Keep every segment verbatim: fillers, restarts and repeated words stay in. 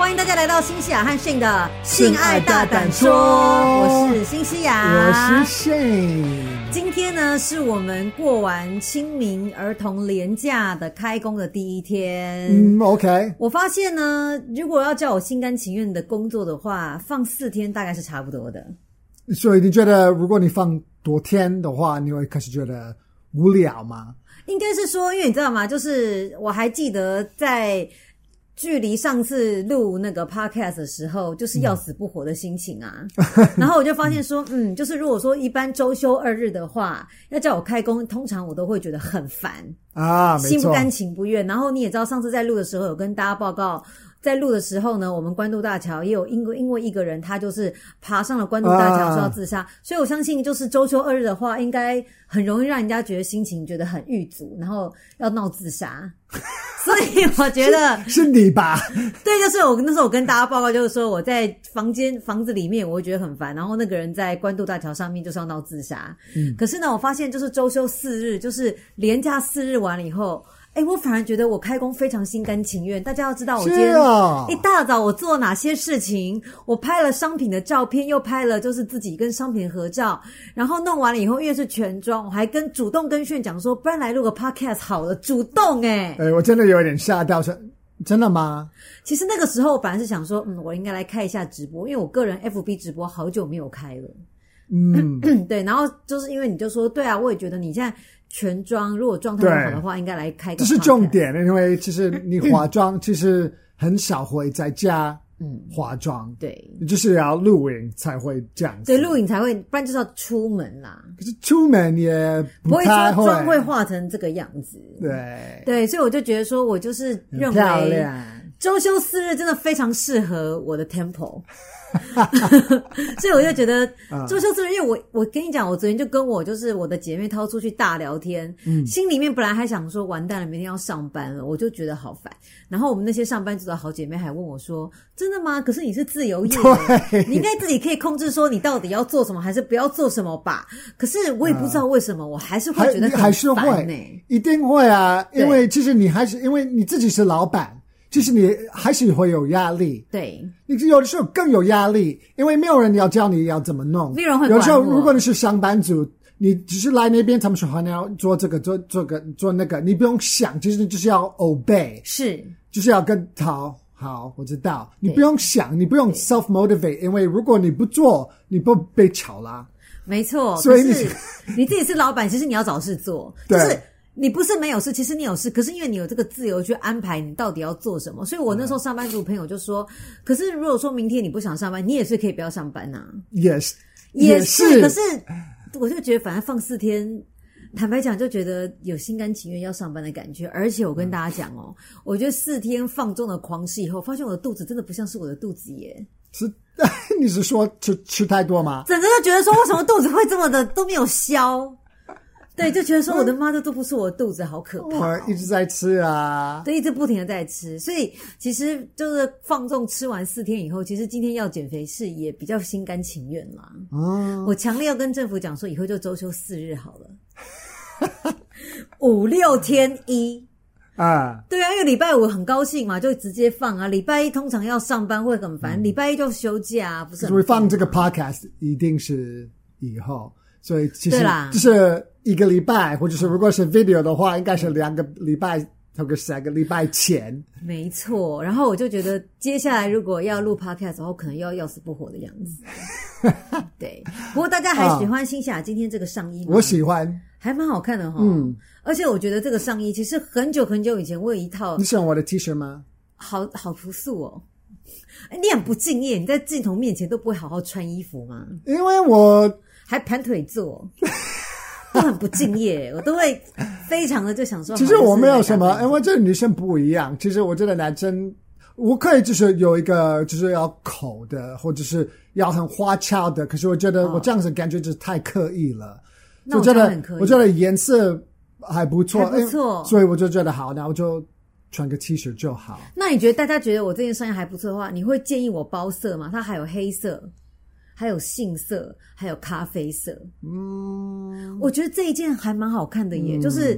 欢迎大家来到新西亚和 Shane 的性爱大胆说，我是新西亚， 我是 Shane。 今天呢是我们过完清明儿童连假的开工的第一天。 嗯 ，OK。 我发现呢，如果要叫我心甘情愿的工作的话，放四天大概是差不多的。 所以你觉得，如果你放多天的话，你会开始觉得无聊吗？ 应该是说，因为你知道吗？就是我还记得在距离上次录那个 podcast 的时候，就是要死不活的心情啊。嗯、然后我就发现说，嗯，就是如果说一般周休二日的话，要叫我开工，通常我都会觉得很烦啊，没错， 心不甘情不愿。然后你也知道，上次在录的时候有跟大家报告。在录的时候呢，我们关渡大桥也有因为因为一个人他就是爬上了关渡大桥说要自杀、啊、所以我相信就是周休二日的话，应该很容易让人家觉得心情觉得很郁卒，然后要闹自杀。所以我觉得是, 是你吧？ 对，就是我那时候我跟大家报告，就是说我在房间房子里面我会觉得很烦，然后那个人在关渡大桥上面就是要闹自杀。嗯，可是呢，我发现就是周休四日，就是连假四日完了以后。哎，我反而觉得我开工非常心甘情愿。大家要知道我今天一大早我做哪些事情，我拍了商品的照片，又拍了就是自己跟商品的合照，然后弄完了以后，因为是全妆，我还跟主动跟炫讲说，不然来录个 podcast 好了，主动哎、欸。 哎，我真的有点吓到，说真的吗？ 其实那个时候我本来是想说，嗯，我应该来开一下直播，因为我个人 F B 直播好久没有开了。嗯，对，然后就是因为你就说，对啊，我也觉得你现在全妆，如果状态很好的话，应该来开个 podcast。 这是重点，因为其实你化妆其实很少会在家嗯化妆， 对， 就是要录影才会这样子。 对，录影才会，不然就是要出门啦。 可是出门也不太会， 不会说妆会化成这个样子。 对对， 所以我就觉得说，我就是认为周休四日真的非常适合我的 tempo。所以我就觉得周休四日，因为我我跟你讲，我昨天就跟我就是我的姐妹掏出去大聊天，嗯，心里面本来还想说完蛋了，明天要上班了，我就觉得好烦。然后我们那些上班族的好姐妹还问我说：“真的吗？可是你是自由业，你应该自己可以控制说你到底要做什么，还是不要做什么吧？”可是我也不知道为什么，我还是会觉得很烦、欸、 还是会，一定会啊，因为其实你还是因为你自己是老板。其实你还是会有压力， 对， 你有的时候更有压力，因为没有人要教你要怎么弄， 没有人会管我。 有时候如果你是上班族，你只是来那边，他们说好你要做这个做这个做那个，你不用想，其实你就是要 obey， 是， 就是要跟好好，我知道，你不用想，你不用 self motivate， 因为如果你不做，你不被炒啦。 没错， 所以你你自己是老板，其实你要找事做，就是。你不是没有事，其实你有事，可是因为你有这个自由去安排你到底要做什么，所以我那时候上班族朋友就说，可是如果说明天你不想上班，你也是可以不要上班啊。 Yes， 也是，可是我就觉得反正放四天，坦白讲就觉得有心甘情愿要上班的感觉，而且我跟大家讲哦，我觉得四天放纵的狂吃以后，发现我的肚子真的不像是我的肚子耶。 是，你是说吃吃太多吗？ 整个就觉得说为什么肚子会这么的都没有消。对，就觉得说我的妈，这都不是我的肚子，好可怕、哦！ 我一直在吃啊， 对，一直不停的在吃，所以其实就是放纵吃完四天以后，其实今天要减肥是也比较心甘情愿啦。哦，我强烈要跟政府讲说，以后就周休四日好了，五六天一啊，对啊，因为礼拜五很高兴嘛，就直接放啊。礼拜一通常要上班会很烦，礼、嗯、拜一就休假、啊，不是很？ 所以放这个 podcast 一定是以后。所以其实就是一个礼拜，或者是如果是 video 的话，应该是两个礼拜或者三个礼拜前。 没错，然后我就觉得接下来如果要录 podcast 的话，可能要要死不活的样子。对，不过大家还喜欢新霞今天这个上衣吗？ 我喜欢， 还蛮好看的齁。嗯，而且我觉得这个上衣其实很久很久以前我有一套。 你喜欢我的 T 恤吗？ 好好朴素哦。你很不敬业，你在镜头面前都不会好好穿衣服吗？ 因为我。 还盘腿坐，都很不敬业，我都会非常的就想说。 其实我没有什么，因为这女生不一样。其实我觉得男生，我可以就是有一个就是要口的，或者是要很花俏的。可是我觉得我这样子感觉就是太刻意了。 那我觉得很刻意。 我觉得颜色还不错， 还不错， 所以我就觉得好，那我就穿个 T 恤就好。 那你觉得大家觉得我这件上衣还不错的话，你会建议我包色吗？它还有黑色。还有杏色，还有咖啡色。嗯，我觉得这一件还蛮好看的耶，嗯、就是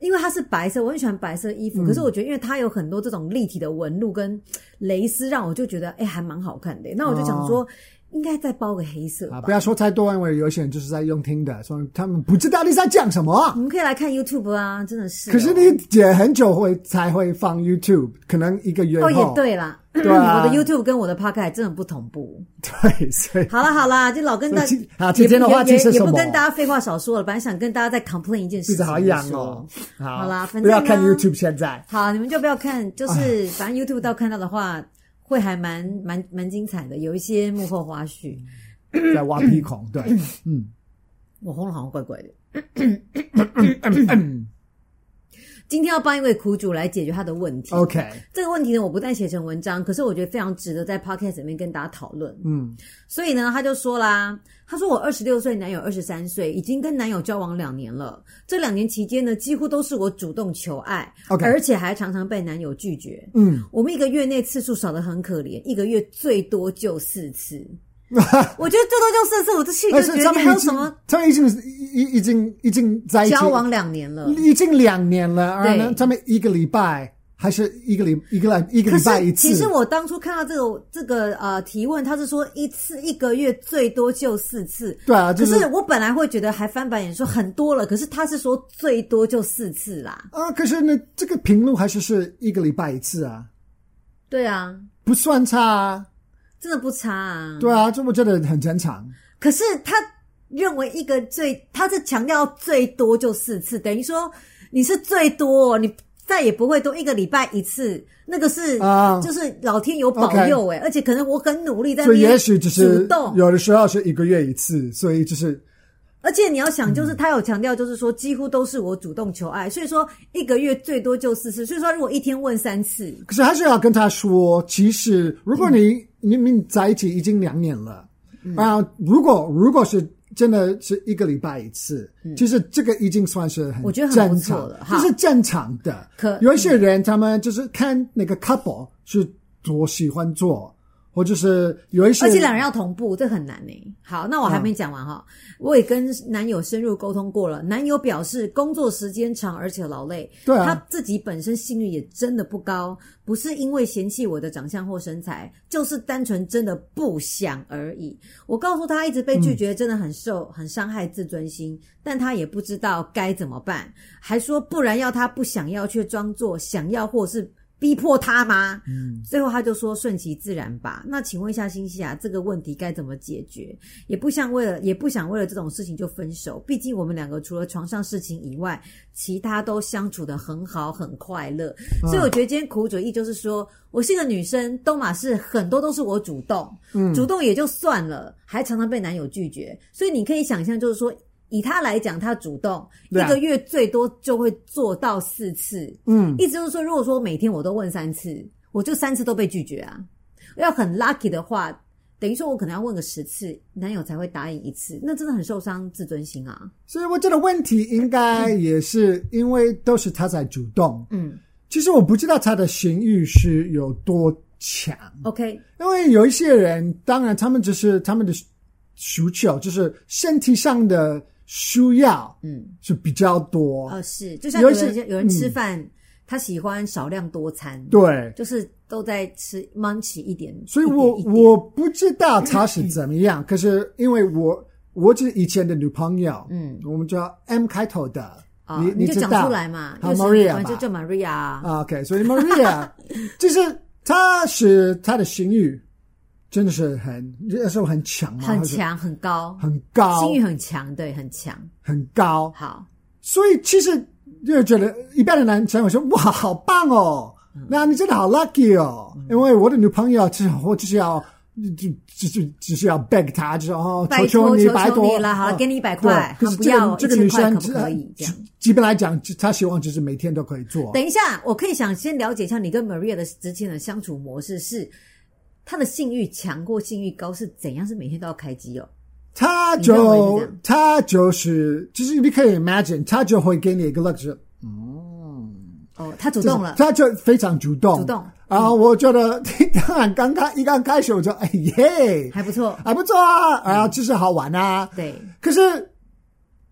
因为它是白色，我很喜欢白色衣服、嗯、可是我觉得因为它有很多这种立体的纹路跟蕾丝，让我就觉得诶还蛮好看的。那我就想说、哦应该再包个黑色吧、 啊、不要说太多，因为有些人就是在用听的，所以他们不知道你在讲什么。 你们可以来看 YouTube 啊，真的是、哦。 可是你也很久会才会放 YouTube， 可能一个月后。 哦，也对啦，对啊，我的 YouTube 跟我的 Podcast 真的不同步。 对，所以好啦好啦，就老跟大家好，今天的话题是什么？ 也不跟大家废话少说了，本来想跟大家再 complain 一件事情。 好痒哦。 好, 好啦，反正不要看 YouTube 现在。 好，你们就不要看，就是反正 YouTube 到看到的话，会还蛮蛮蛮精彩的，有一些幕后花絮。 在挖鼻孔，对，嗯， 我喉咙好像怪怪的。今天要帮一位苦主来解决他的问题。 OK， 这个问题呢，我不但写成文章，可是我觉得非常值得在 Podcast 里面跟大家讨论。 嗯， 所以呢，他就说啦，他说我二十六岁，男友二十三岁，已经跟男友交往两年了。这两年期间呢，几乎都是我主动求爱 ，OK， 而且还常常被男友拒绝。 嗯， 我们一个月内次数少得很可怜，一个月最多就四次。我觉得最多就四次，我这心里就觉得你还有什么？ 他们已经已已经已经在一起交往两年了， 已经两年了，而呢，他们一个礼拜还是一个礼一个礼一个礼拜一次。 其实我当初看到这个这个呃提问，他是说一次一个月最多就四次。 对啊，就是、 可是我本来会觉得还翻白眼说很多了，可是他是说最多就四次啦。 啊，可是呢，这个频率还是是一个礼拜一次啊。 对啊， 不算差啊。 真的不差啊， 对啊，这我觉得很正常。 可是他认为一个最，他是强调最多就四次，等于说你是最多，你再也不会多，一个礼拜一次，那个是啊，就是老天有保佑诶、欸 okay 而且可能我很努力在那边主动，所以也许就是有的时候是一个月一次，所以就是。 而且你要想，就是他有强调，就是说几乎都是我主动求爱，所以说一个月最多就四次，所以说如果一天问三次， 可是还是要跟他说，其实如果你、嗯、你们在一起已经两年了，嗯、啊，如果如果是真的是一个礼拜一次，嗯、其实这个已经算是很我觉得很不错了， 这是正常的。可有一些人、嗯、他们就是看那个 couple 是多喜欢做。或就是有一些， 而且两人要同步，这很难诶、欸。好，那我还没讲完哈、嗯，我也跟男友深入沟通过了。男友表示工作时间长而且劳累， 对啊， 他自己本身性欲也真的不高，不是因为嫌弃我的长相或身材，就是单纯真的不想而已。我告诉他，一直被拒绝真的很受、嗯、很伤害自尊心，但他也不知道该怎么办，还说不然要他不想要却装作想要或是。逼迫他吗？嗯，最后他就说顺其自然吧。那请问一下欣西啊，这个问题该怎么解决？也不想为了，也不想为了这种事情就分手。毕竟我们两个除了床上事情以外，其他都相处得很好，很快乐。嗯、所以我觉得今天苦主意就是说，我是个女生，东马是很多都是我主动，嗯，主动也就算了，还常常被男友拒绝。所以你可以想象，就是说。以他来讲，他主动一个月最多就会做到四次。嗯，意思就是说，如果说每天我都问三次，我就三次都被拒绝啊。要很 lucky 的话，等于说我可能要问个十次，男友才会答应一次，那真的很受伤自尊心啊。 所以我觉得问题应该也是因为都是他在主动。嗯，其实我不知道他的性欲是有多强。 OK， 因为有一些人，当然他们只是他们的需求，就是身体上的。需要嗯是比较多哦，是就像有人有人吃饭、嗯，他喜欢少量多餐， 对， 就是都在吃 munch 一点， 所以我一点一点我不知道他是怎么样，可是因为我我是以前的女朋友，嗯，我们叫 M 开头的， 哦、 你你就讲出来嘛，就是 Maria 就叫 Maria 啊 ，OK， 所以 Maria 就是她是她的性欲。真的是很，那时候很强嘛， 很强，很高， 很高， 性欲很强，对，很强， 很高。 好， 所以其实就觉得一般的男生会说：“哇，好棒哦，嗯、那你真的好 lucky 哦。嗯”因为我的女朋友就是我就是要就就就只是要 beg 她，就是哦，求求你，拜托你了，好了，给你一百块， 可是不要这个女生可不可以这样？ 基本来讲，她希望就是每天都可以做。 等一下，我可以想先了解一下你跟 Maria 的之间的相处模式是。他的性欲强或性欲高是怎样？是每天都要开机哦？ 他就他就是就是你可以 imagine， 他就会给你一个 lecture， 嗯， 哦，他主动了， 他就非常主动， 主动。 然后我觉得，当然刚开一刚开始我就哎耶， 还不错， 还不错啊，然后就是好玩啊， 对。 可是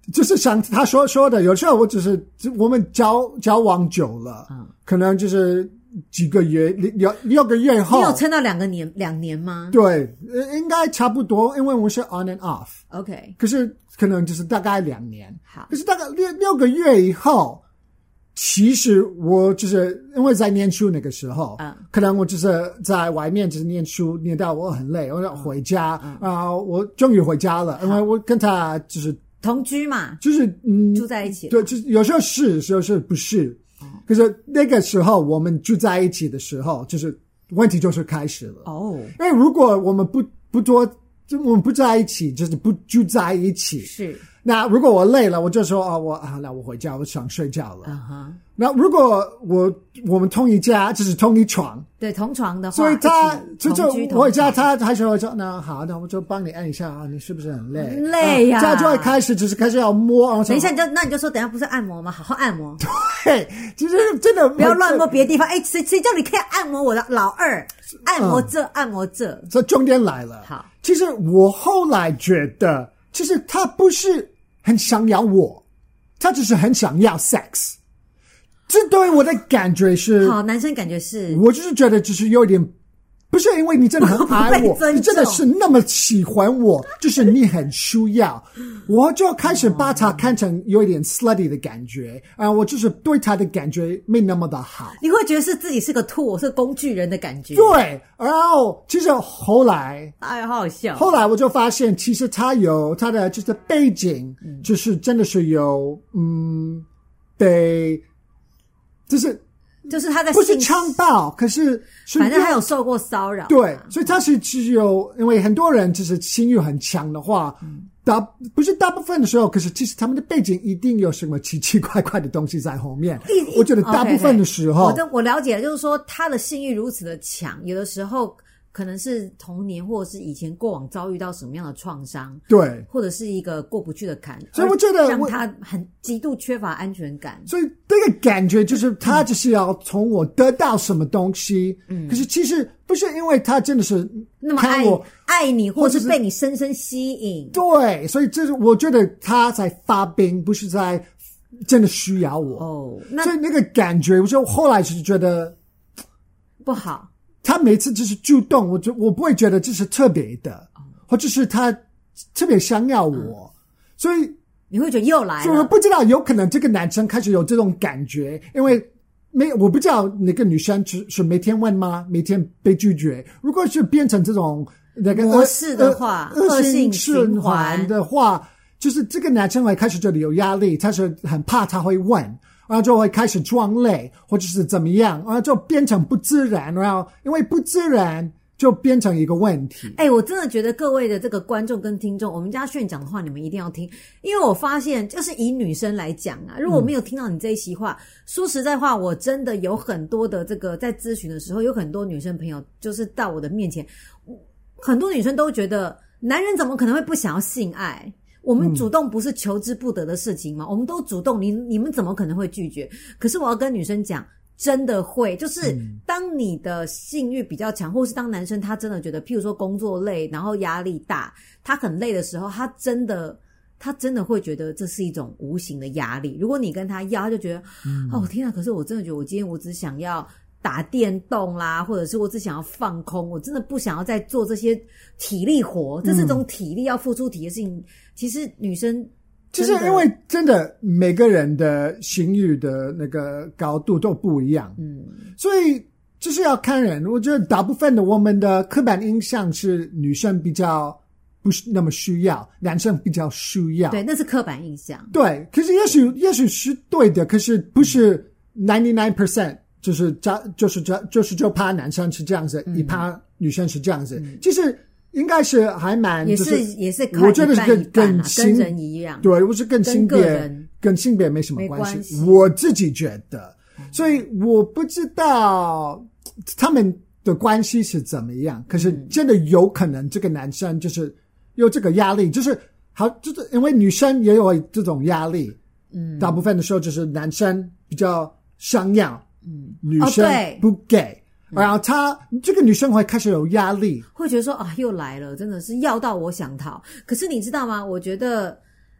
就是像他说说的，有时候我只是我们交交往久了，嗯，可能就是几个月六六个月后， 你有撑到两个年两年吗？ 对，应该差不多，因为我是 on and off。OK， 可是可能就是大概两年。 好， 可是大概六六个月以后。其实我就是因为在念书那个时候，嗯，可能我就是在外面就是念书念到我很累，我要回家，嗯，然后我终于回家了，因为我跟他就是同居嘛， 就是嗯住在一起， 对，就是有时候是，有时候是不是，嗯，可是那个时候我们住在一起的时候，就是问题就是开始了哦，因为如果我们不不多，就我们不在一起，就是不住在一起， 是。 那如果我累了，我就说啊，我啊，那我回家，我想睡觉了。Uh-huh. 那如果我我们同一家，就是同一床， 对，同床的话， 所以他就就我回家，他还说说那好，那我就帮你按一下啊，你是不是很累？ 累呀、啊， 他就会开始就是开始要摸。 等一下，你就那你就说，等一下不是按摩吗？好好按摩。 对，其实真的不要乱摸别的地方。哎，谁谁叫你可以按摩我的老二？按摩这，嗯、按摩这。 这重点来了。 好， 其实我后来觉得。其实他不是很想要我，他只是很想要 sex。这对我的感觉是， 好，男生感觉是， 我就是觉得就是有点，不是因为你真的很爱我，你真的是那么喜欢我，就是你很需要，我就开始把他看成有一点 slutty 的感觉啊、呃，我就是对他的感觉没那么的好。 你会觉得是自己是个 tool， 是工具人的感觉。 对，然后其实后来， 哎，好好笑。 后来我就发现，其实他有他的就是背景，嗯、就是真的是有嗯被，就是。 就是他在不是强暴，可是反正他有受过骚扰。 对，所以他是只有因为很多人就是性欲很强的话，嗯、大不是大部分的时候，可是其实他们的背景一定有什么奇奇怪怪的东西在后面。我觉得大部分的时候， okay, okay. 我我了解了，就是说他的性欲如此的强，有的时候。可能是童年或者是以前过往遭遇到什么样的创伤， 对， 或者是一个过不去的坎， 所以我觉得让他很极度缺乏安全感。 所以这个感觉就是他就是要从我得到什么东西，嗯，可是其实不是因为他真的是那么爱爱你，或是被你深深吸引。 对，所以这是我觉得他在发病，不是在真的需要我。哦，那所以那个感觉，我就后来就是觉得不好。 他每次就是主动，我就我不会觉得这是特别的，或者是他特别想要我，嗯、所以你会觉得又来了。 我不知道，有可能这个男生开始有这种感觉，因为没我不知道那个女生是是每天问吗？每天被拒绝。如果是变成这种那个模式的话，恶性循环的话，就是这个男生会开始觉得有压力，他是很怕他会问。然后就会开始装累，或者是怎么样，然后就变成不自然，然后因为不自然就变成一个问题。 哎、欸，我真的觉得各位的这个观众跟听众，我们家炫讲的话你们一定要听，因为我发现就是以女生来讲啊，如果没有听到你这一席话，嗯、说实在话，我真的有很多的这个在咨询的时候，有很多女生朋友就是到我的面前，很多女生都觉得男人怎么可能会不想要性爱？我们主动不是求之不得的事情吗？嗯、我们都主动，你你们怎么可能会拒绝？可是我要跟女生讲，真的会，就是当你的性欲比较强，或是当男生他真的觉得，譬如说工作累，然后压力大，他很累的时候，他真的他真的会觉得这是一种无形的压力。如果你跟他要，他就觉得，嗯、哦天啊！可是我真的觉得，我今天我只想要打电动啦，或者是我只想要放空，我真的不想要再做这些体力活，这是种体力要付出体力的事情。其实女生其实因为真的每个人的性欲的那个高度都不一样，嗯，所以就是要看人。我觉得大部分的我们的刻板印象是女生比较不是那么需要，男生比较需要。 对，那是刻板印象。 对，可是也许也许是对的，可是不是 ninety-nine percent， 就是就是就是就怕男生是这样子，一怕女生是这样子。嗯、其实。应该是还蛮， 也是、 就是、 也是， 我觉得是跟跟跟人一样， 对，我是跟性别跟性别没什么关系，关系我自己觉得，嗯、所以我不知道他们的关系是怎么样，可是真的有可能这个男生就是有这个压力，就是好，就是因为女生也有这种压力，嗯，大部分的时候就是男生比较想要，嗯，女生不给。哦然后她这个女生会开始有压力， 会觉得说啊，又来了，真的是要到我想逃。可是你知道吗？我觉得，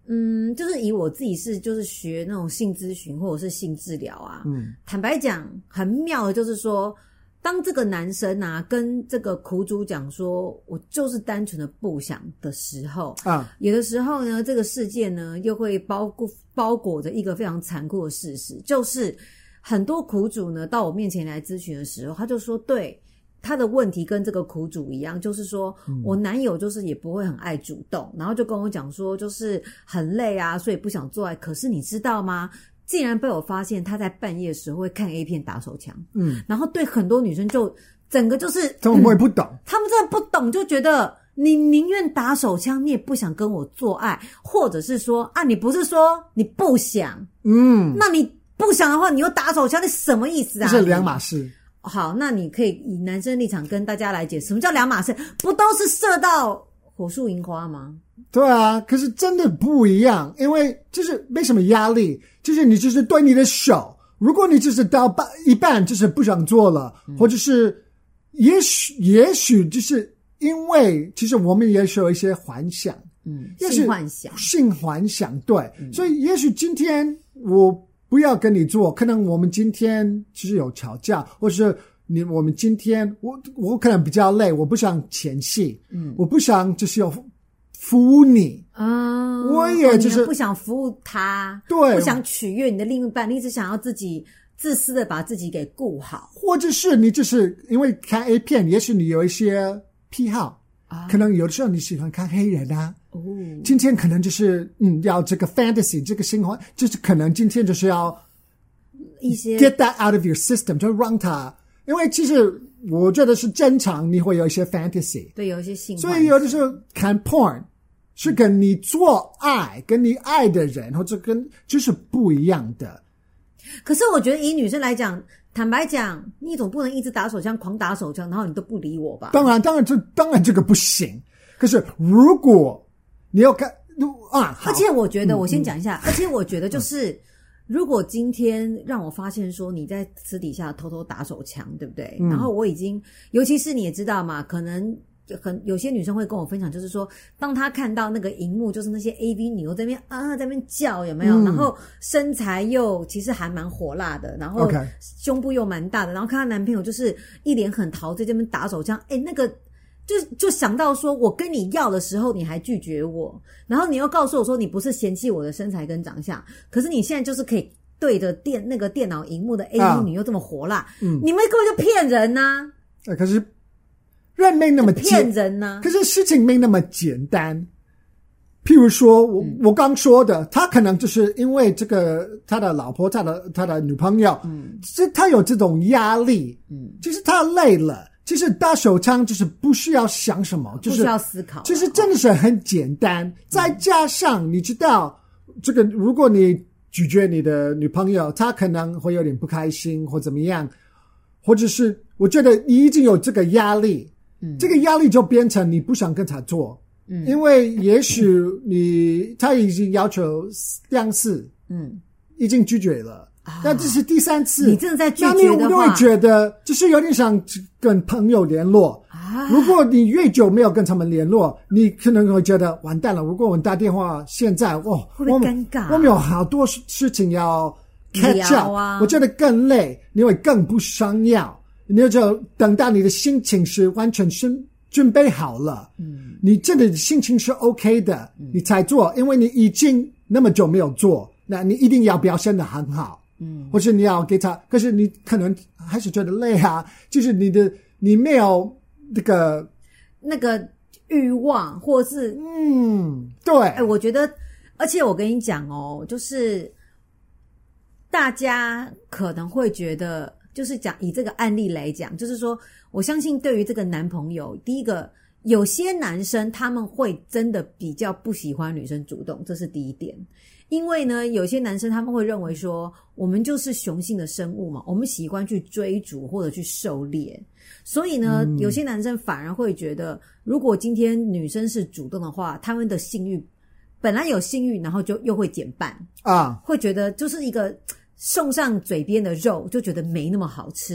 嗯，就是以我自己是就是学那种性咨询或者是性治疗啊，嗯，坦白讲，很妙的就是说，当这个男生啊跟这个苦主讲说，我就是单纯的不想的时候啊，有的时候呢，这个事件呢又会包裹包裹着一个非常残酷的事实，就是很多苦主呢到我面前来咨询的时候，他就说，对。他的问题跟这个苦主一样，就是说、嗯、我男友就是也不会很爱主动，然后就跟我讲说就是很累啊，所以不想做爱。可是你知道吗？竟然被我发现他在半夜的时候会看 A 片打手枪，嗯，然后对很多女生就整个就是他们会不懂、嗯， 他们真的不懂，就觉得你宁愿打手枪，你也不想跟我做爱，或者是说啊，你不是说你不想，嗯，那你不想的话，你又打手枪，你什么意思啊？ 这是两码事。 好，那你可以以男生立场跟大家来解什么叫两码事，不都是射到火树银花吗？ 对啊，可是真的不一样，因为就是没什么压力，就是你就是对你的手，如果你就是到半一半就是不想做了、嗯、或者是也许也许就是因为其实我们也是有一些幻想， 嗯，性幻想性幻想对、嗯、所以也许今天我不要跟你做，可能我们今天其实有吵架，或是你我们今天我我可能比较累，我不想前戏，嗯，我不想就是有服务你啊、 嗯，我也就是、 哦、不想服务他， 对， 不想取悦你的另一半，你只想要自己自私的把自己给顾好， 或者是你就是因为看 A 片，也许你有一些癖好，啊、可能有的时候你喜欢看黑人啊。哦，今天可能就是嗯，要这个 fantasy 这个新欢，就是可能今天就是要一些 get that out of your system， 就让它，因为其实我觉得是正常，你会有一些 fantasy， 对，有一些性幻想， 所以有的时候看 porn 是跟你做爱、跟你爱的人或者跟就是不一样的。 可是我觉得以女生来讲，坦白讲，你总不能一直打手枪、狂打手枪，然后你都不理我吧？ 当然，当然这当然这个不行。可是如果你要看啊， 而且我觉得，我先讲一下，嗯、而且我觉得就是，嗯、如果今天让我发现说你在私底下偷偷打手枪，对不对？嗯、然后我已经，尤其是你也知道嘛，可能很有些女生会跟我分享，就是说，当她看到那个荧幕，就是那些 A V 女优在那边啊，在那边叫，有没有？嗯、然后身材又其实还蛮火辣的，然后胸部又蛮大的，然后看她男朋友就是一脸很陶醉，在那边打手枪，哎，那个。就就想到说我跟你要的时候你还拒绝我，然后你又告诉我说你不是嫌弃我的身材跟长相，可是你现在就是可以对着电那个电脑荧幕的 A V 女又这么火辣，嗯，你们根本就骗人啊！ 呃，可是人没那么骗人啊， 可是事情没那么简单。譬如说我、嗯、我刚说的，他可能就是因为这个他的老婆他的他的女朋友，嗯，是他有这种压力，嗯，其实他累了。其实打手枪就是不需要想什么，就是不需要思考， 其实真的是很简单。嗯、再加上你知道，这个如果你拒绝你的女朋友，她可能会有点不开心或怎么样，或者是我觉得你已经有这个压力，嗯，这个压力就变成你不想跟她做，嗯，因为也许你她已经要求两次，嗯，已经拒绝了。那这是第三次， 你真的在拒绝的话， 那你会觉得就是有点像跟朋友联络啊。如果你越久没有跟他们联络，你可能会觉得完蛋了。如果我们打电话，现在哦， 会不会尴尬？ 我们有好多事情要 catch up， 啊、 我觉得更累，你会更不想要。你就等到你的心情是完全是准备好了，嗯，你真的心情是 OK 的，嗯、你才做，因为你已经那么久没有做，那你一定要表现得很好。嗯，或是你要给他，可是你可能还是觉得累啊，就是你的你没有那个那个欲望，或是嗯，对， 哎，我觉得，而且我跟你讲哦，就是大家可能会觉得，就是讲以这个案例来讲，就是说，我相信对于这个男朋友，第一个，有些男生他们会真的比较不喜欢女生主动，这是第一点。因为呢，有些男生他们会认为说，我们就是雄性的生物嘛，我们习惯去追逐或者去狩猎，所以呢，嗯、有些男生反而会觉得，如果今天女生是主动的话，他们的性欲本来有性欲，然后就又会减半啊，会觉得就是一个送上嘴边的肉，就觉得没那么好吃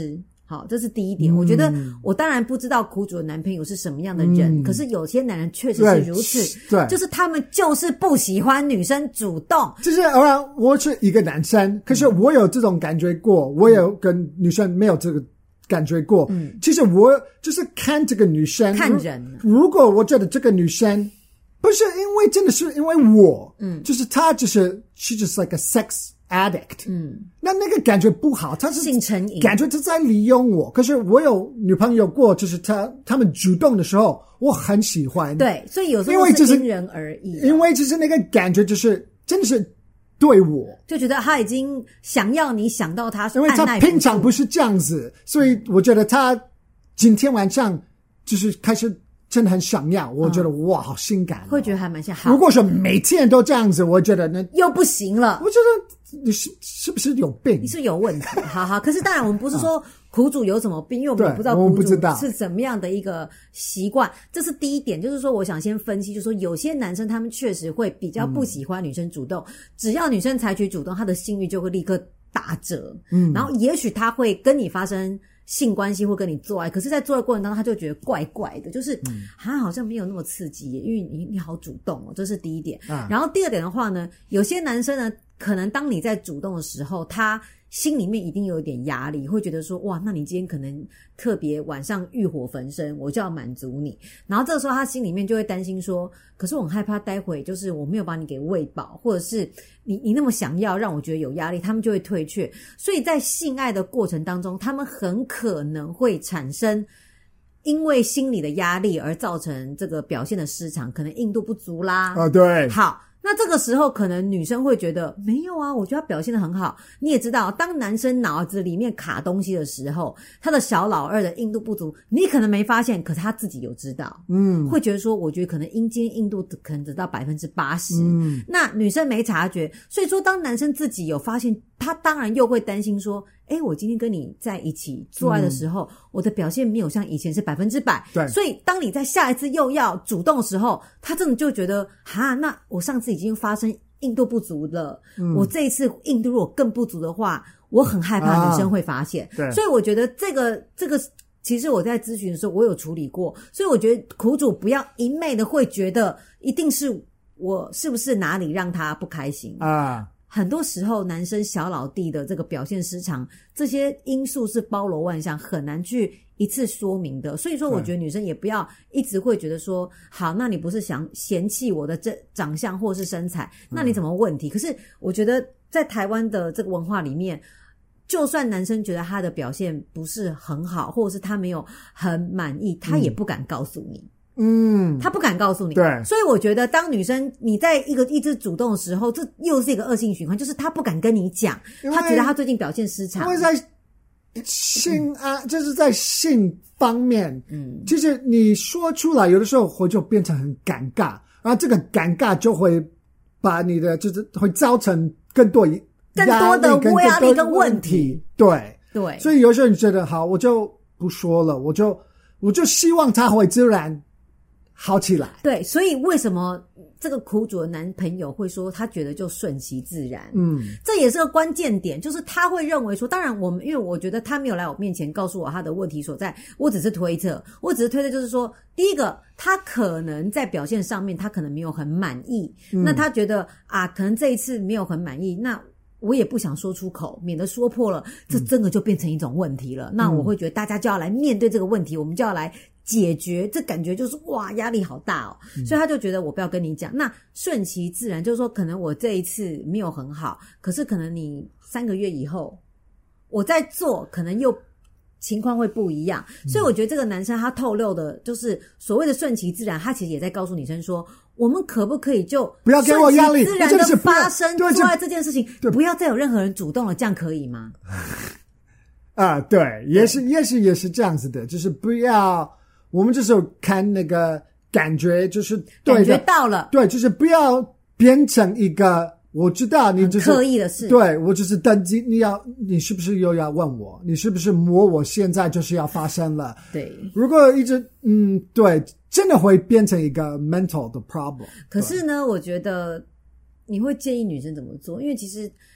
好，这是第一点、嗯、我觉得我当然不知道苦主的男朋友是什么样的人、嗯、可是有些男人确实是如此， 对, 对就是他们就是不喜欢女生主动， 就是我是一个男生，可是我有这种感觉过、嗯、我有跟女生没有这个感觉过、嗯、其实我就是看这个女生， 看人， 如果我觉得这个女生不是因为真的是因为我，嗯，就是她就是 she just like a sex addict， 嗯，那那个感觉不好，她是性成瘾， 感觉她在利用我。可是我有女朋友过，就是她他们主动的时候，我很喜欢。 对，所以有时候是因人而异、啊， 因为就是那个感觉就是真的是对我， 就觉得他已经想要你想到他， 因为他平常不是这样子，所以我觉得他今天晚上就是开始。真的很想要，我觉得、嗯、哇好性感、哦、 会觉得还蛮像好。 如果说每天都这样子，我觉得那又不行了。 我觉得你是是不是有病？ 你是不是有问题？好好，可是当然我们不是说苦主有什么病，因为我们也不知道苦主是怎么样的一个习惯，这是第一点。就是说我想先分析，就是说有些男生他们确实会比较不喜欢女生主动、嗯、只要女生采取主动，他的性欲就会立刻打折，嗯，然后也许他会跟你发生性关系或跟你做爱，可是在做爱过程当中他就觉得怪怪的，就是他、嗯、好像没有那么刺激耶，因为你你好主动哦，这是第一点、啊、然后第二点的话呢，有些男生呢可能当你在主动的时候，他心里面一定有一点压力，会觉得说哇，那你今天可能特别晚上欲火焚身，我就要满足你。然后这个时候他心里面就会担心说，可是我很害怕待会就是我没有把你给喂饱，或者是你你那么想要让我觉得有压力，他们就会退却。所以在性爱的过程当中，他们很可能会产生因为心理的压力而造成这个表现的失常，可能硬度不足啦。 啊，对。 好。那这个时候可能女生会觉得没有啊，我觉得他表现得很好。你也知道，当男生脑子里面卡东西的时候，他的小老二的硬度不足，你可能没发现，可是他自己有知道，嗯，会觉得说，我觉得可能阴茎硬度可能得到百分之八十，嗯，那女生没察觉，所以说当男生自己有发现，他当然又会担心说，诶，我今天跟你在一起做爱的时候、嗯、我的表现没有像以前是百分之百， 对， 所以当你在下一次又要主动的时候，他真的就觉得哈，那我上次已经发生硬度不足了、嗯、我这一次硬度如果更不足的话，我很害怕女生会发现、啊、对，所以我觉得这个这个其实我在咨询的时候我有处理过，所以我觉得苦主不要一昧的会觉得一定是我是不是哪里让他不开心啊，很多时候男生小老弟的这个表现失常，这些因素是包罗万象，很难去一次说明的。所以说我觉得女生也不要一直会觉得说，好，那你不是想嫌弃我的这长相或是身材，那你怎么问题、嗯、可是我觉得在台湾的这个文化里面，就算男生觉得他的表现不是很好，或者是他没有很满意，他也不敢告诉你，嗯，他不敢告诉你， 对， 所以我觉得当女生你在一个一直主动的时候，这又是一个恶性循环，就是他不敢跟你讲，他觉得他最近表现失常， 因为在性啊、嗯，就是在性方面，嗯，其实你说出来，有的时候会就变成很尴尬，然后这个尴尬就会把你的就是会造成更多更多的压力跟问题， 对对， 所以有时候你觉得好，我就不说了，我就我就希望他会自然好起来。 对，所以为什么这个苦主的男朋友会说他觉得就顺其自然？嗯，这也是个关键点，就是他会认为说，当然我们因为我觉得他没有来我面前告诉我他的问题所在，我只是推测，我只是推测就是说，第一个他可能在表现上面他可能没有很满意，嗯、那他觉得啊，可能这一次没有很满意，那我也不想说出口，免得说破了，这真的就变成一种问题了。嗯、那我会觉得大家就要来面对这个问题，我们就要来解决，这感觉就是哇，压力好大哦。嗯、所以他就觉得我不要跟你讲，那顺其自然，就是说可能我这一次没有很好，可是可能你三个月以后我再做，可能又情况会不一样。嗯、所以我觉得这个男生他透露的就是所谓的顺其自然，他其实也在告诉女生说，我们可不可以就不要给我压力， 自然的发生做爱这件事情，不要再有任何人主动了，这样可以吗？ 啊，对，也是也是也是这样子的，就是不要，我们就是看那个感觉，就是对感觉到了， 对，就是不要变成一个我知道你就是刻意的事， 对，我就是等机，你要你是不是又要问我，你是不是摸我现在就是要发生了？ 对， 如果一直嗯对。真的会变成一个 mental 的 problem。 可是呢，我觉得你会建议女生怎么做？因为其实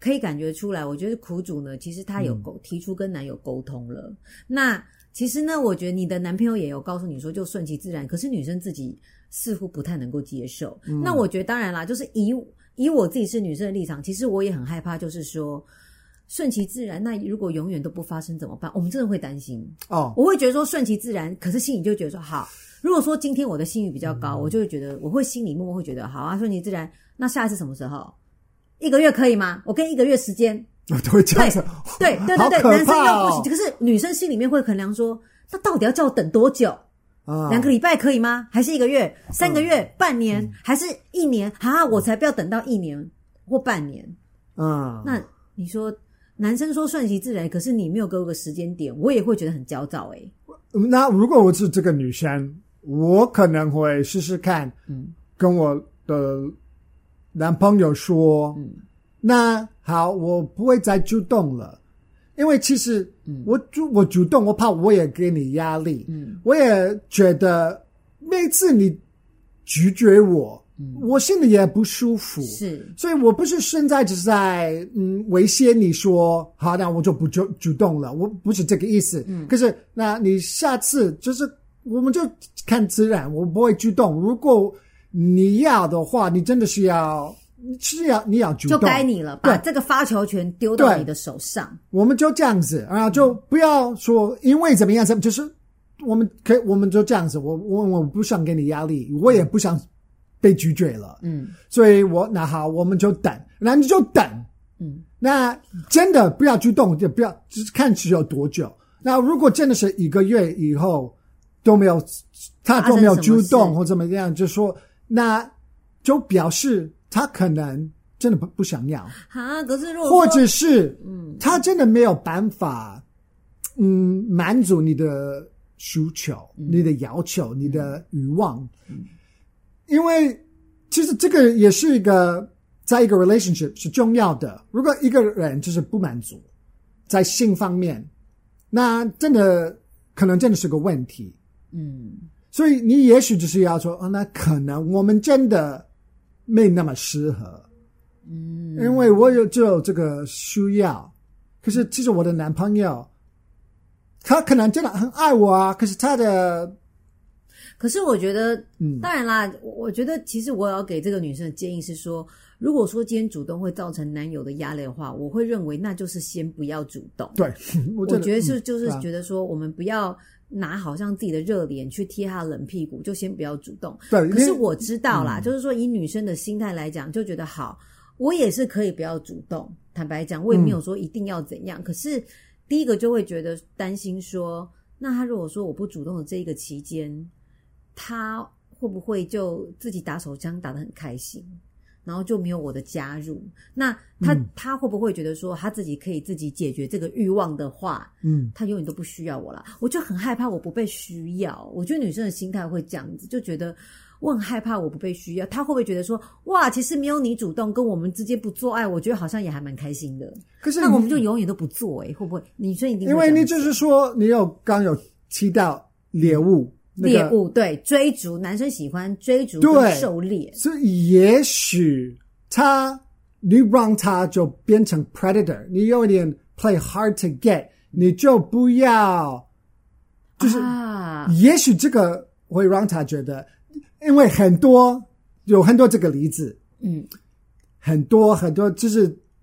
可以感觉出来，我觉得苦主呢，其实他有沟、嗯、提出跟男友沟通了。那其实呢，我觉得你的男朋友也有告诉你说就顺其自然，可是女生自己似乎不太能够接受。嗯、那我觉得当然啦，就是以以我自己是女生的立场，其实我也很害怕，就是说顺其自然，那如果永远都不发生怎么办？我们真的会担心哦。我会觉得说顺其自然，可是心里就觉得说好。如果说今天我的性欲比较高，嗯、我就会觉得我会心里默默会觉得好啊，顺其自然。那下一次什么时候？一个月可以吗？我给一个月时间。 我都会这样子。 对对对对对，男生要不行，可是女生心里面会衡量说，那到底要叫我等多久？啊，两个礼拜可以吗？还是一个月、三个月、嗯、半年，嗯、还是一年？啊，我才不要等到一年或半年。嗯，那你说男生说顺其自然，可是你没有给我个时间点，我也会觉得很焦躁。诶、 欸、那如果我是这个女生，我可能会试试看，嗯，跟我的男朋友说，嗯，那好，我不会再主动了。因为其实我主我主动，我怕我也给你压力，嗯，我也觉得每次你拒绝我，嗯，我心里也不舒服， 是， 所以我不是现在只是在嗯威胁你说，好，那我就不主主动了，我不是这个意思，嗯，可是那你下次就是我们就看自然，我不会主动，如果你要的话，你真的是要。是要你要主动， 就该你了，把这个发球权丢到你的手上。 我们就这样子，然后就不要说因为怎么样，就是我们可以，我们就这样子。我我我不想给你压力，我也不想被拒绝了。嗯，所以我那好，我们就等，那你就等。嗯，那真的不要主动，就不要，只是看是有多久。那如果真的是一个月以后都没有，他都没有主动或怎么样，就说那就表示。他可能真的不不想要啊，可是如果或者是嗯，他真的没有办法嗯满足你的需求、嗯、你的要求、你的欲望，嗯，因为其实这个也是一个在一个 relationship 是重要的。如果一个人就是不满足在性方面，那真的可能真的是个问题，嗯，所以你也许就是要说，哦，那可能我们真的。没那么适合，嗯，因为我有就有这个需要，可是其实我的男朋友，他可能真的很爱我啊，可是他的， 可是我觉得，嗯，当然啦，我觉得其实我要给这个女生的建议是说，如果说今天主动会造成男友的压力的话，我会认为那就是先不要主动。 对， 我, 我觉得是就是觉得说，我们不要。拿好像自己的热脸去贴他的冷屁股，就先不要主动。 对， 可是我知道啦，嗯、就是说以女生的心态来讲，就觉得好，我也是可以不要主动。坦白讲，我也没有说一定要怎样。嗯、可是第一个就会觉得担心说，那他如果说我不主动的这一个期间，他会不会就自己打手枪打得很开心？然后就没有我的加入，那他、嗯、他会不会觉得说他自己可以自己解决这个欲望的话，嗯，他永远都不需要我啦。我就很害怕我不被需要。我觉得女生的心态会这样子，就觉得我很害怕我不被需要。他会不会觉得说，哇，其实没有你主动跟我们之间不做爱，我觉得好像也还蛮开心的。可是那我们就永远都不做、欸，诶会不会？女生一定会因为你就是说，你有刚有提到猎物。那个、 猎物对追逐，男生喜欢追逐跟狩猎， 所以也许他你让他就变成 predator， 你有点 play hard to get， 你就不要，就是、啊、也许这个会让他觉得，因为很多有很多这个例子，嗯，很多很多就是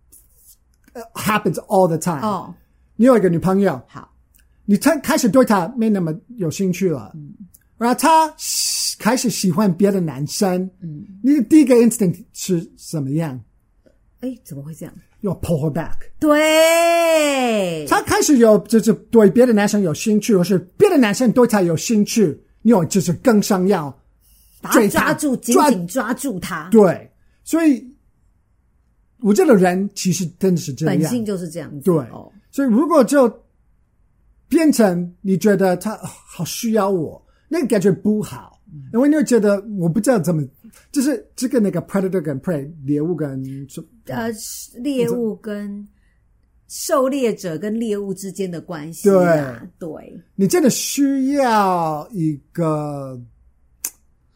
、uh, happens all the time。哦，你有一个女朋友， 好。 你他开始对他没那么有兴趣了，嗯，然后他开始喜欢别的男生，嗯，你的第一个 instinct 是什么样？ 哎，怎么会这样？ 要 pull her back。 对， 他开始有就是对别的男生有兴趣，或是别的男生对他有兴趣，你有就是更想要追他，抓住，紧紧抓住他。 对，所以我觉得人其实真的是这样， 本性就是这样子。 对，哦、所以如果就变成你觉得他、哦、好需要我，那个感觉不好，嗯、因为你会觉得我不知道怎么，就是这个那个 predator 跟 prey 猎物跟呃猎物跟狩猎者跟猎物之间的关系啊，对， 对，你真的需要一个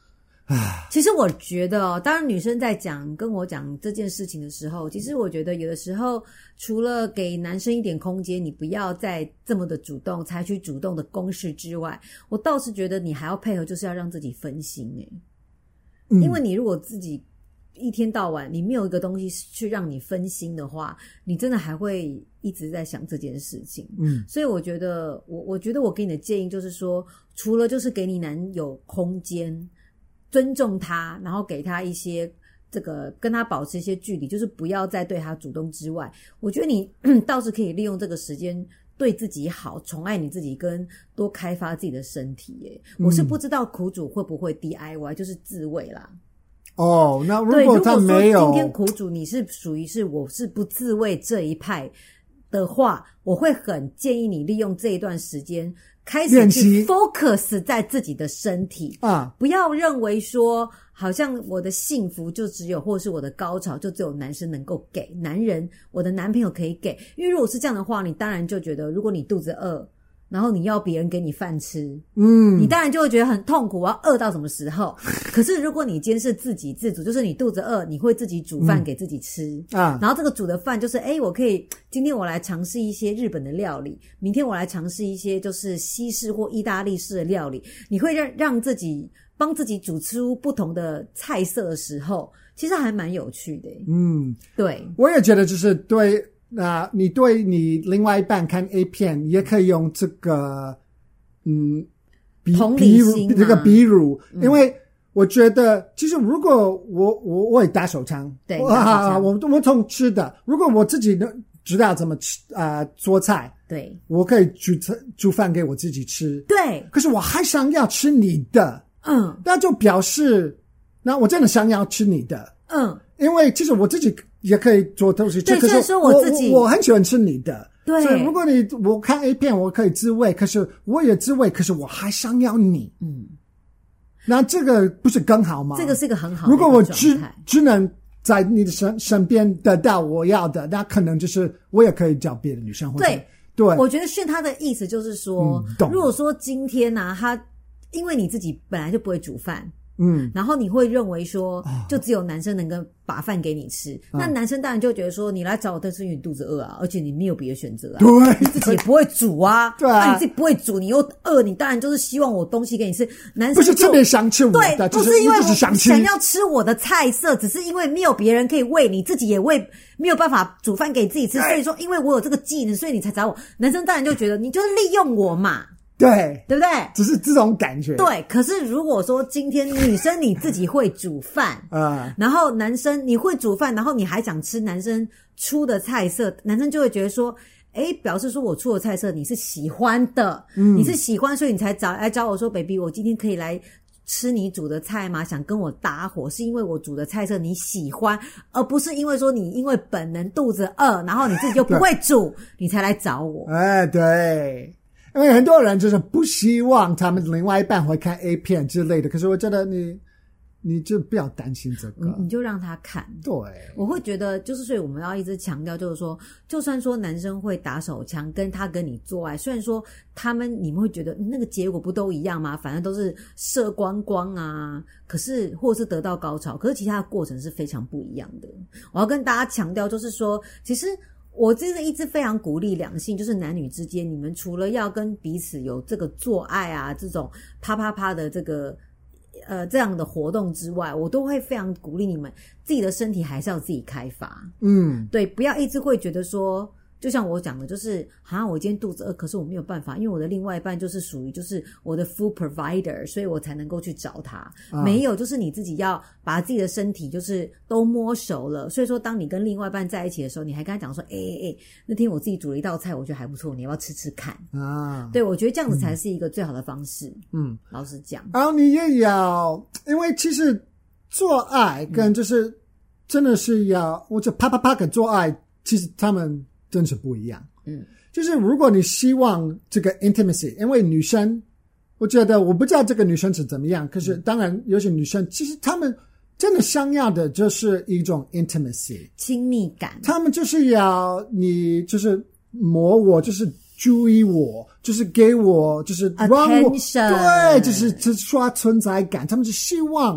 其实我觉得哦，当然女生在讲跟我讲这件事情的时候，其实我觉得有的时候除了给男生一点空间，你不要再这么的主动采取主动的攻势之外，我倒是觉得你还要配合，就是要让自己分心诶、嗯、因为你如果自己一天到晚你没有一个东西去让你分心的话，你真的还会一直在想这件事情。嗯，所以我觉得我我觉得我给你的建议就是说，除了就是给你男友空间，尊重他，然后给他一些这个跟他保持一些距离，就是不要再对他主动之外，我觉得你倒是可以利用这个时间对自己好，宠爱你自己，跟多开发自己的身体耶。我是不知道苦主会不会 D I Y， 就是自慰啦。 哦，那如果他没有， 对，如果说今天苦主你是属于是我是不自慰这一派的话，我会很建议你利用这一段时间开始去 focus 在自己的身体啊，不要认为说好像我的幸福就只有，或是我的高潮就只有男生能够给，男人我的男朋友可以给。因为如果是这样的话，你当然就觉得如果你肚子饿，然后你要别人给你饭吃，嗯，你当然就会觉得很痛苦，我要饿到什么时候？可是如果你今天是自给自足，就是你肚子饿，你会自己煮饭给自己吃、嗯、啊，然后这个煮的饭就是诶我可以今天我来尝试一些日本的料理，明天我来尝试一些就是西式或意大利式的料理，你会让让自己帮自己煮出不同的菜色的时候，其实还蛮有趣的。嗯，对， 我也觉得就是对那、呃、你对你另外一半看 A 片也可以用这个嗯比同理心这个比如、嗯、因为我觉得其实如果我我我也打手枪， 对， 我啊我我从吃的，如果我自己知道怎么吃啊、呃、做菜， 对， 我可以煮煮饭给我自己吃， 对， 可是我还想要吃你的，嗯，那就表示那我真的想要吃你的，嗯，因为其实我自己也可以做东西吃， 可是说我自己我, 我很喜欢吃你的， 对， 所以如果你我看 A 片我可以自慰，可是我也自慰，可是我还想要你，嗯，那这个不是更好吗？ 这个是一个很好的一个状态。 如果我只只能在你的身身边得到我要的，那可能就是我也可以找别的女生，或者对对， 我觉得炫他的意思就是说、嗯、如果说今天啊他因为你自己本来就不会煮饭，嗯，然后你会认为说就只有男生能够把饭给你吃、啊、那男生当然就觉得说你来找我但是因为你肚子饿啊，而且你没有别的选择啊， 对， 你自己也不会煮啊， 对啊， 那你自己不会煮你又饿，你当然就是希望我东西给你吃，男生不是特别想吃我的， 对，不是因为我想要吃我的菜色，只是因为没有别人可以喂你，自己也喂没有办法煮饭给自己吃，所以说因为我有这个技能所以你才找我，男生当然就觉得你就是利用我嘛， 对， 对不对？ 只是这种感觉。 对，可是如果说今天女生你自己会煮饭啊，然后男生你会煮饭，然后你还想吃男生出的菜色，男生就会觉得说诶表示说我出的菜色你是喜欢的、嗯、你是喜欢，所以你才找来找我说 baby 我今天可以来吃你煮的菜吗？想跟我搭伙，是因为我煮的菜色你喜欢，而不是因为说你因为本能肚子饿，然后你自己就不会煮你才来找我。 哎，对，因为很多人就是不希望他们另外一半会看 A 片之类的，可是我觉得你你就不要担心这个， 你就让他看。 对， 我会觉得就是所以我们要一直强调就是说，就算说男生会打手枪跟他跟你做爱，虽然说他们你们会觉得那个结果不都一样吗？反正都是射光光啊，可是或是得到高潮，可是其他的过程是非常不一样的。我要跟大家强调就是说，其实我真的一直非常鼓励两性，就是男女之间，你们除了要跟彼此有这个做爱啊这种啪啪啪的这个呃这样的活动之外，我都会非常鼓励你们自己的身体还是要自己开发。嗯，对，不要一直会觉得说就像我讲的，就是好像我今天肚子饿，可是我没有办法，因为我的另外一半就是属于就是我的 food provider， 所以我才能够去找他、啊、没有，就是你自己要把自己的身体就是都摸熟了，所以说当你跟另外一半在一起的时候，你还跟他讲说诶诶诶那天我自己煮了一道菜我觉得还不错，你要不要吃吃看啊？对，我觉得这样子才是一个最好的方式。嗯，老实讲， 然后你也要，因为其实做爱跟就是真的是要、嗯、我就啪啪啪跟做爱其实他们真是不一样。嗯，就是如果你希望这个 intimacy， 因为女生我觉得我不知道这个女生是怎么样，可是当然有些女生其实她们真的想要的就是一种 intimacy 亲密感， 她们就是要你就是摸我，就是注意我，就是给我就是让我 attention， 对，就是就是刷存在感，他们是希望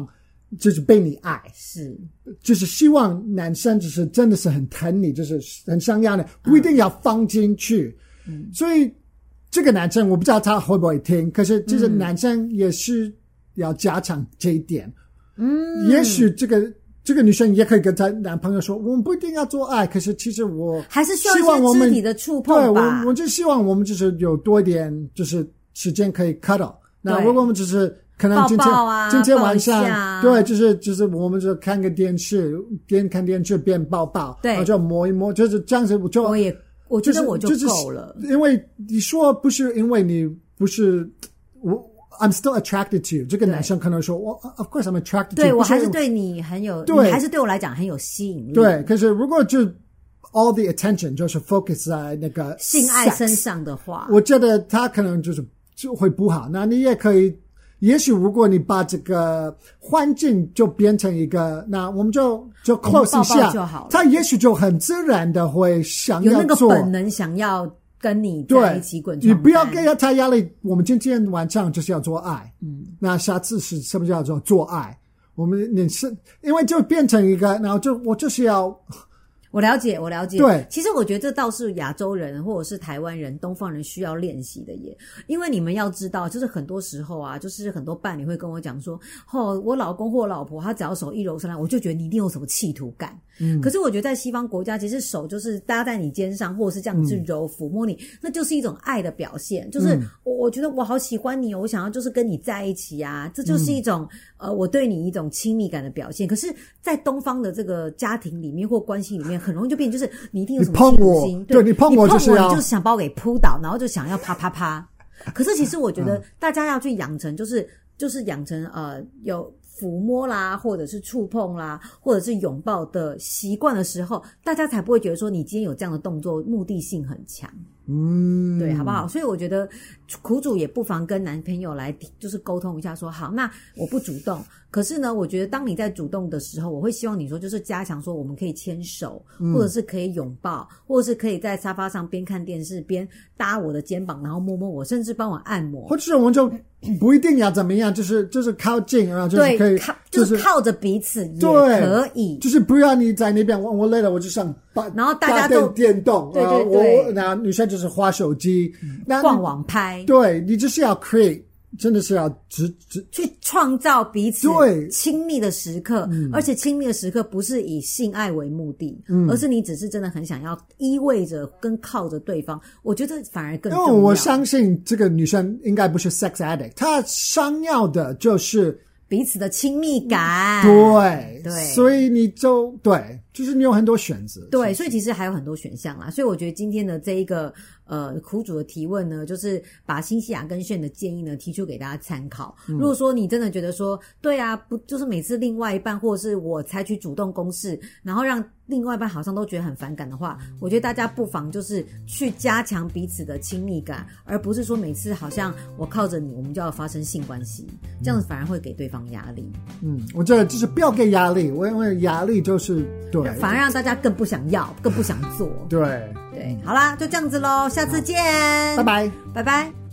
就是被你爱， 是， 就是希望男生就是真的是很疼你，就是很想要的，不一定要放进去。嗯，所以这个男生我不知道他会不会听，可是就是男生也是要加强这一点。嗯，也许这个这个女生也可以跟她男朋友说，我们不一定要做爱，可是其实我还是需要一些肢体的触碰吧。 对，我我就希望我们就是有多一点就是时间可以 cuddle。那如果我们只是可能今天抱抱啊， 今天晚上对，就是就是我们就看个电视，边看电视边抱抱， 对， 然后就摸一摸，就是这样子，我就我也我觉得我就够了。 就是、因为你说不是因为你不是我。I'm still attracted to you. 这个男生可能说，我 Of course I'm attracted to you. 对，我还是对你很有， 对， 你还是对我来讲很有吸引力。 对，可是如果就 all the attention 就是 focus 在那个性爱身上的话， 我觉得他可能就是就会不好。那你也可以，也许如果你把这个环境就变成一个，那我们就就 close 一下， 抱抱就好了， 他也许就很自然的会想要做， 有那个本能想要。跟你在一起滚床单， 你不要给他压力。我们今天晚上就是要做爱，嗯，那下次是什么叫做做爱？我们你是因为就变成一个，然后就我就是要。 我了解，我了解。 对， 其实我觉得这倒是亚洲人或者是台湾人、东方人需要练习的耶。因为你们要知道，就是很多时候啊，就是很多伴侣会跟我讲说，哦，我老公或我老婆他只要手一揉上来，我就觉得你一定有什么企图感。嗯，可是我觉得在西方国家，其实手就是搭在你肩上，或者是这样子揉抚摸你，嗯，那就是一种爱的表现。就是我我觉得我好喜欢你哦，我想要就是跟你在一起啊，这就是一种，嗯，呃我对你一种亲密感的表现。可是，在东方的这个家庭里面或关系里面，很容易就变成就是你一定有什么企图心， 对，你碰我就是要， 你就是想把我给扑倒，然后就想要啪啪啪。可是其实我觉得大家要去养成，就是就是养成呃有抚摸啦，或者是触碰啦，或者是拥抱的习惯的时候，大家才不会觉得说你今天有这样的动作目的性很强。嗯，对，好不好？所以我觉得苦主也不妨跟男朋友来就是沟通一下说，好，那我不主动，可是呢，我觉得当你在主动的时候，我会希望你说就是加强说我们可以牵手，嗯，或者是可以拥抱，或者是可以在沙发上边看电视边搭我的肩膀，然后摸摸我，甚至帮我按摩， 或者是我们就不一定要怎么样，就是就是靠近啊，就是可以， 对，靠就是靠着彼此也可以， 就是不要你在那边，我我累了，我就想把， 然后大家都电动， 对对对， 我那女生就是滑手机， 嗯，那逛网拍， 对，你就是要 create， 真的是要直直去创造彼此对亲密的时刻，嗯，而且亲密的时刻不是以性爱为目的，嗯，而是你只是真的很想要依偎着跟靠着对方，我觉得反而更重要。 因为我相信这个女生应该不是 sex addict， 她想要的就是彼此的亲密感， 对对， 所以你就对，就是你有很多选择， 对，所以其实还有很多选项啦。所以我觉得今天的这一个呃苦主的提问呢，就是把新西亚跟炫的建议呢提出给大家参考。嗯，如果说你真的觉得说，对啊，不就是每次另外一半或者是我采取主动攻势，然后让另外一半好像都觉得很反感的话，我觉得大家不妨就是去加强彼此的亲密感，而不是说每次好像我靠着你，我们就要发生性关系，这样子反而会给对方压力。嗯， 我觉得就是不要给压力，我因为压力就是对， 反而让大家更不想要，更不想做。 对对，好啦，就这样子咯，下次见， 拜拜， 拜拜。